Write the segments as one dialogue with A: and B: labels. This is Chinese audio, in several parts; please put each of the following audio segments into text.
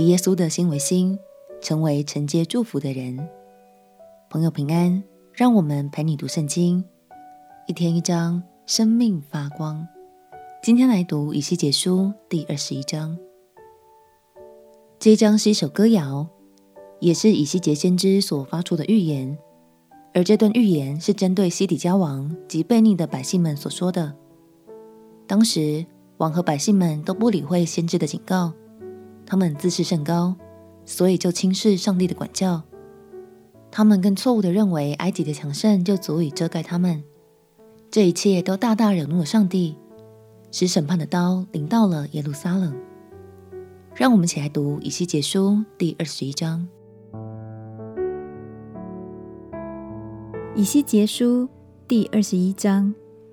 A: 以耶稣的心为心，成为承接祝福的人。朋友平安，让我们陪你读圣经，一天一章，生命发光。今天来读以西结书第21章。这一章是一首歌谣，也是以西结先知所发出的预言，而这段预言是针对西底家王及悖逆的百姓们所说的。当时王和百姓们都不理会先知的警告，他们自视甚高，所以就轻视上帝的管教。他们更错误地认为埃及的强盛就足以遮盖他们，这一切都大大惹怒了上帝，使审判的刀临到了耶路撒冷。让我们一起来读以西结书第21章。
B: 以西结书第21章。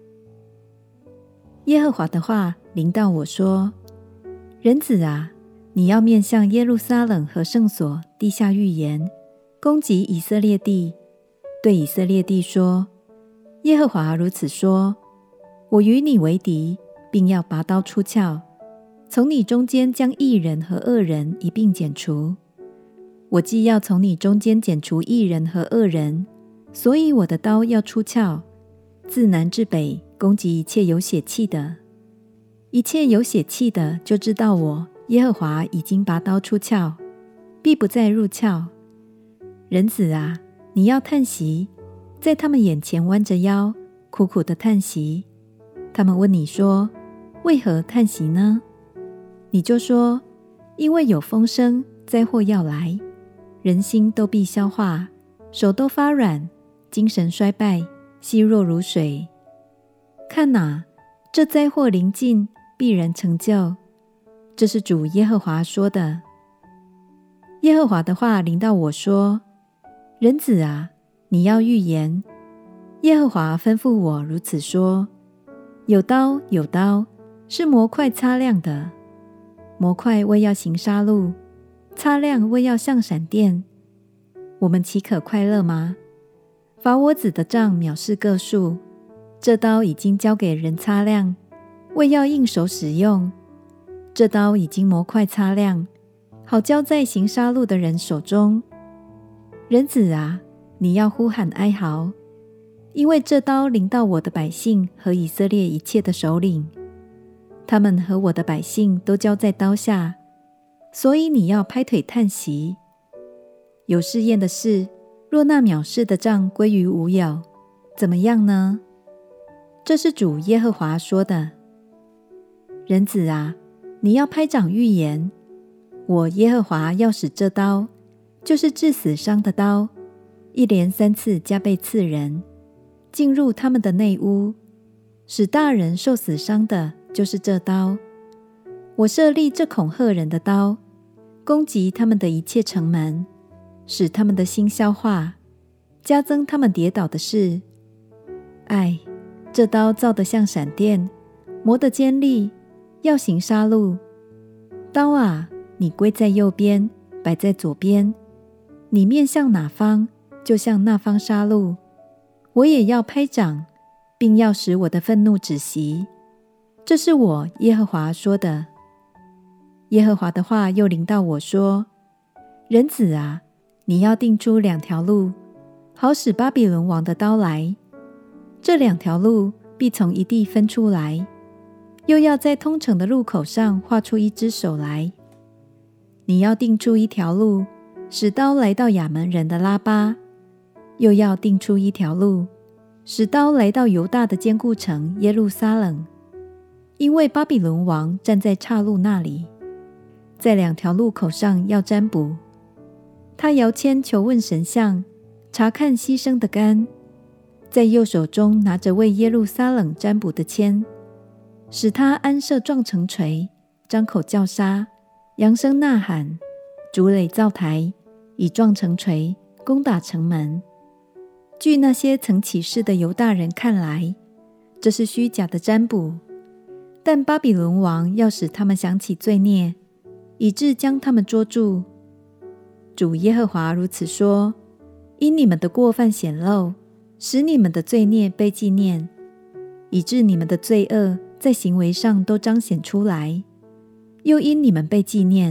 B: 耶和华的话临到我说：人子啊，你要面向耶路撒冷和圣所地下预言，攻击以色列地，对以色列地说：耶和华如此说，我与你为敌，并要拔刀出鞘，从你中间将义人和恶人一并剪除。我既要从你中间剪除义人和恶人，所以我的刀要出鞘，自南至北攻击一切有血气的。一切有血气的就知道我耶和华已经拔刀出鞘，必不再入鞘。人子啊，你要叹息，在他们眼前弯着腰，苦苦的叹息。他们问你说：为何叹息呢？你就说：因为有风声，灾祸要来，人心都必消化，手都发软，精神衰败，稀弱如水。看哪，这灾祸临近，必然成就。这是主耶和华说的。耶和华的话临到我说：人子啊，你要预言。耶和华吩咐我如此说：有刀，有刀，是模块擦亮的。模块为要行杀戮，擦亮为要像闪电。我们岂可快乐吗？法我子的杖藐视个数，这刀已经交给人擦亮，为要应手使用。这刀已经模块擦亮，好交在行杀戮的人手中。人子啊，你要呼喊哀嚎，因为这刀临到我的百姓和以色列一切的首领，他们和我的百姓都交在刀下，所以你要拍腿叹息。有试验的事，若那藐视的杖归于无有，怎么样呢？这是主耶和华说的。人子啊，你要拍掌预言，我耶和华要使这刀，就是致死伤的刀，一连3次加倍刺人，进入他们的内屋，使大人受死伤的，就是这刀。我设立这恐吓人的刀，攻击他们的一切城门，使他们的心消化，加增他们跌倒的事。唉，这刀造得像闪电，磨得尖利，要行杀戮。刀啊，你归在右边，摆在左边，你面向哪方，就向那方杀戮。我也要拍掌，并要使我的愤怒止息。这是我耶和华说的。耶和华的话又临到我说：人子啊，你要定出2条路，好使巴比伦王的刀来。这2条路必从一地分出来，又要在通城的路口上画出一只手来。你要定出1条路，使刀来到亚门人的拉巴，又要定出1条路，使刀来到犹大的坚固城耶路撒冷，因为巴比伦王站在岔路那里，在2条路口上要占卜。他摇签求问神像，查看牺牲的肝，在右手中拿着为耶路撒冷占卜的签，使他安设撞城锤，张口叫杀，扬声呐喊，筑垒造台，以撞城锤攻打城门。据那些曾起誓的犹大人看来，这是虚假的占卜，但巴比伦王要使他们想起罪孽，以致将他们捉住。主耶和华如此说：因你们的过犯显露，使你们的罪孽被纪念，以致你们的罪恶在行为上都彰显出来。又因你们被纪念，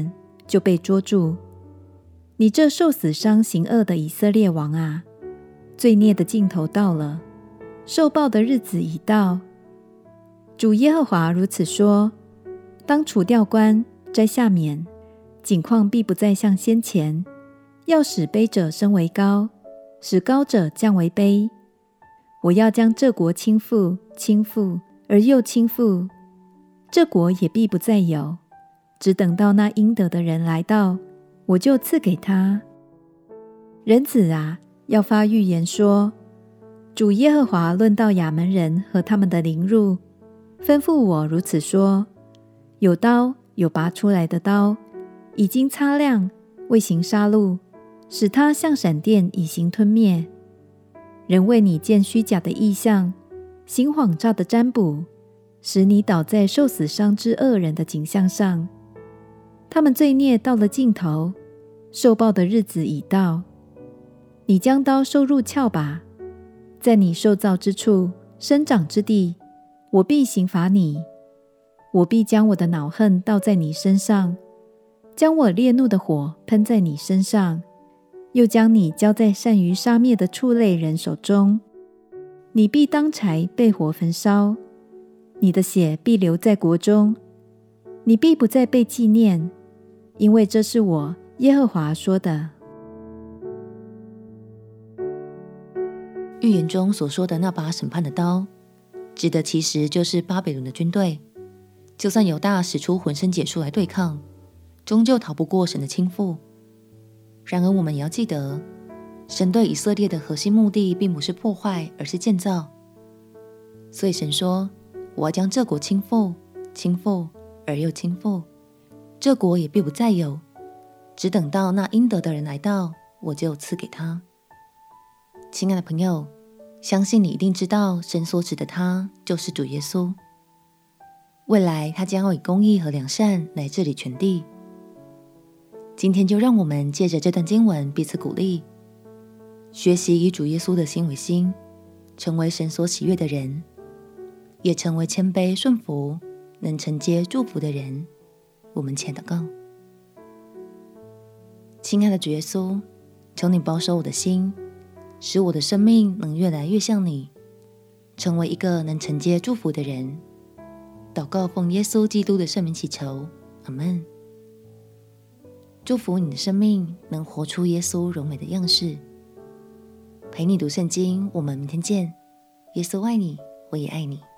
B: 就被捉住。你这受死伤行恶的以色列王啊，罪孽的尽头到了，受报的日子已到。主耶和华如此说：当除掉冠，摘下冕，景况必不再像先前，要使卑者升为高，使高者降为卑。我要将这国倾覆，倾覆而又倾覆，这国也必不再有，只等到那应得的人来到，我就赐给他。人子啊，要发预言说：主耶和华论到亚扪人和他们的凌辱，吩咐我如此说：有刀，有拔出来的刀，已经擦亮，为行杀戮，使它像闪电，以行吞灭。人为你见虚假的异象，行谎诈的占卜，使你倒在受死伤之恶人的景象上。他们罪孽到了尽头，受报的日子已到。你将刀收入鞘吧，在你受造之处，生长之地，我必刑罚你。我必将我的恼恨倒在你身上，将我烈怒的火喷在你身上，又将你交在善于杀灭的畜类人手中。你必当柴被火焚烧，你的血必流在国中，你必不再被纪念，因为这是我耶和华说的。
A: 预言中所说的那把审判的刀，指的其实就是巴比伦的军队。就算犹大使出浑身解数来对抗，终究逃不过神的倾覆。然而我们也要记得，神对以色列的核心目的并不是破坏，而是建造。所以神说，我要将这国倾覆，倾覆而又倾覆，这国也必不再有，只等到那应得的人来到，我就赐给他。亲爱的朋友，相信你一定知道，神所指的他就是主耶稣。未来他将要以公义和良善来治理全地。今天就让我们借着这段经文彼此鼓励，学习以主耶稣的心为心，成为神所喜悦的人，也成为谦卑顺服、能承接祝福的人。我们且祷告。亲爱的主耶稣，求你保守我的心，使我的生命能越来越像你，成为一个能承接祝福的人。祷告奉耶稣基督的圣名祈求，阿们。祝福你的生命能活出耶稣荣美的样式。陪你读圣经，我们明天见。耶稣爱你，我也爱你。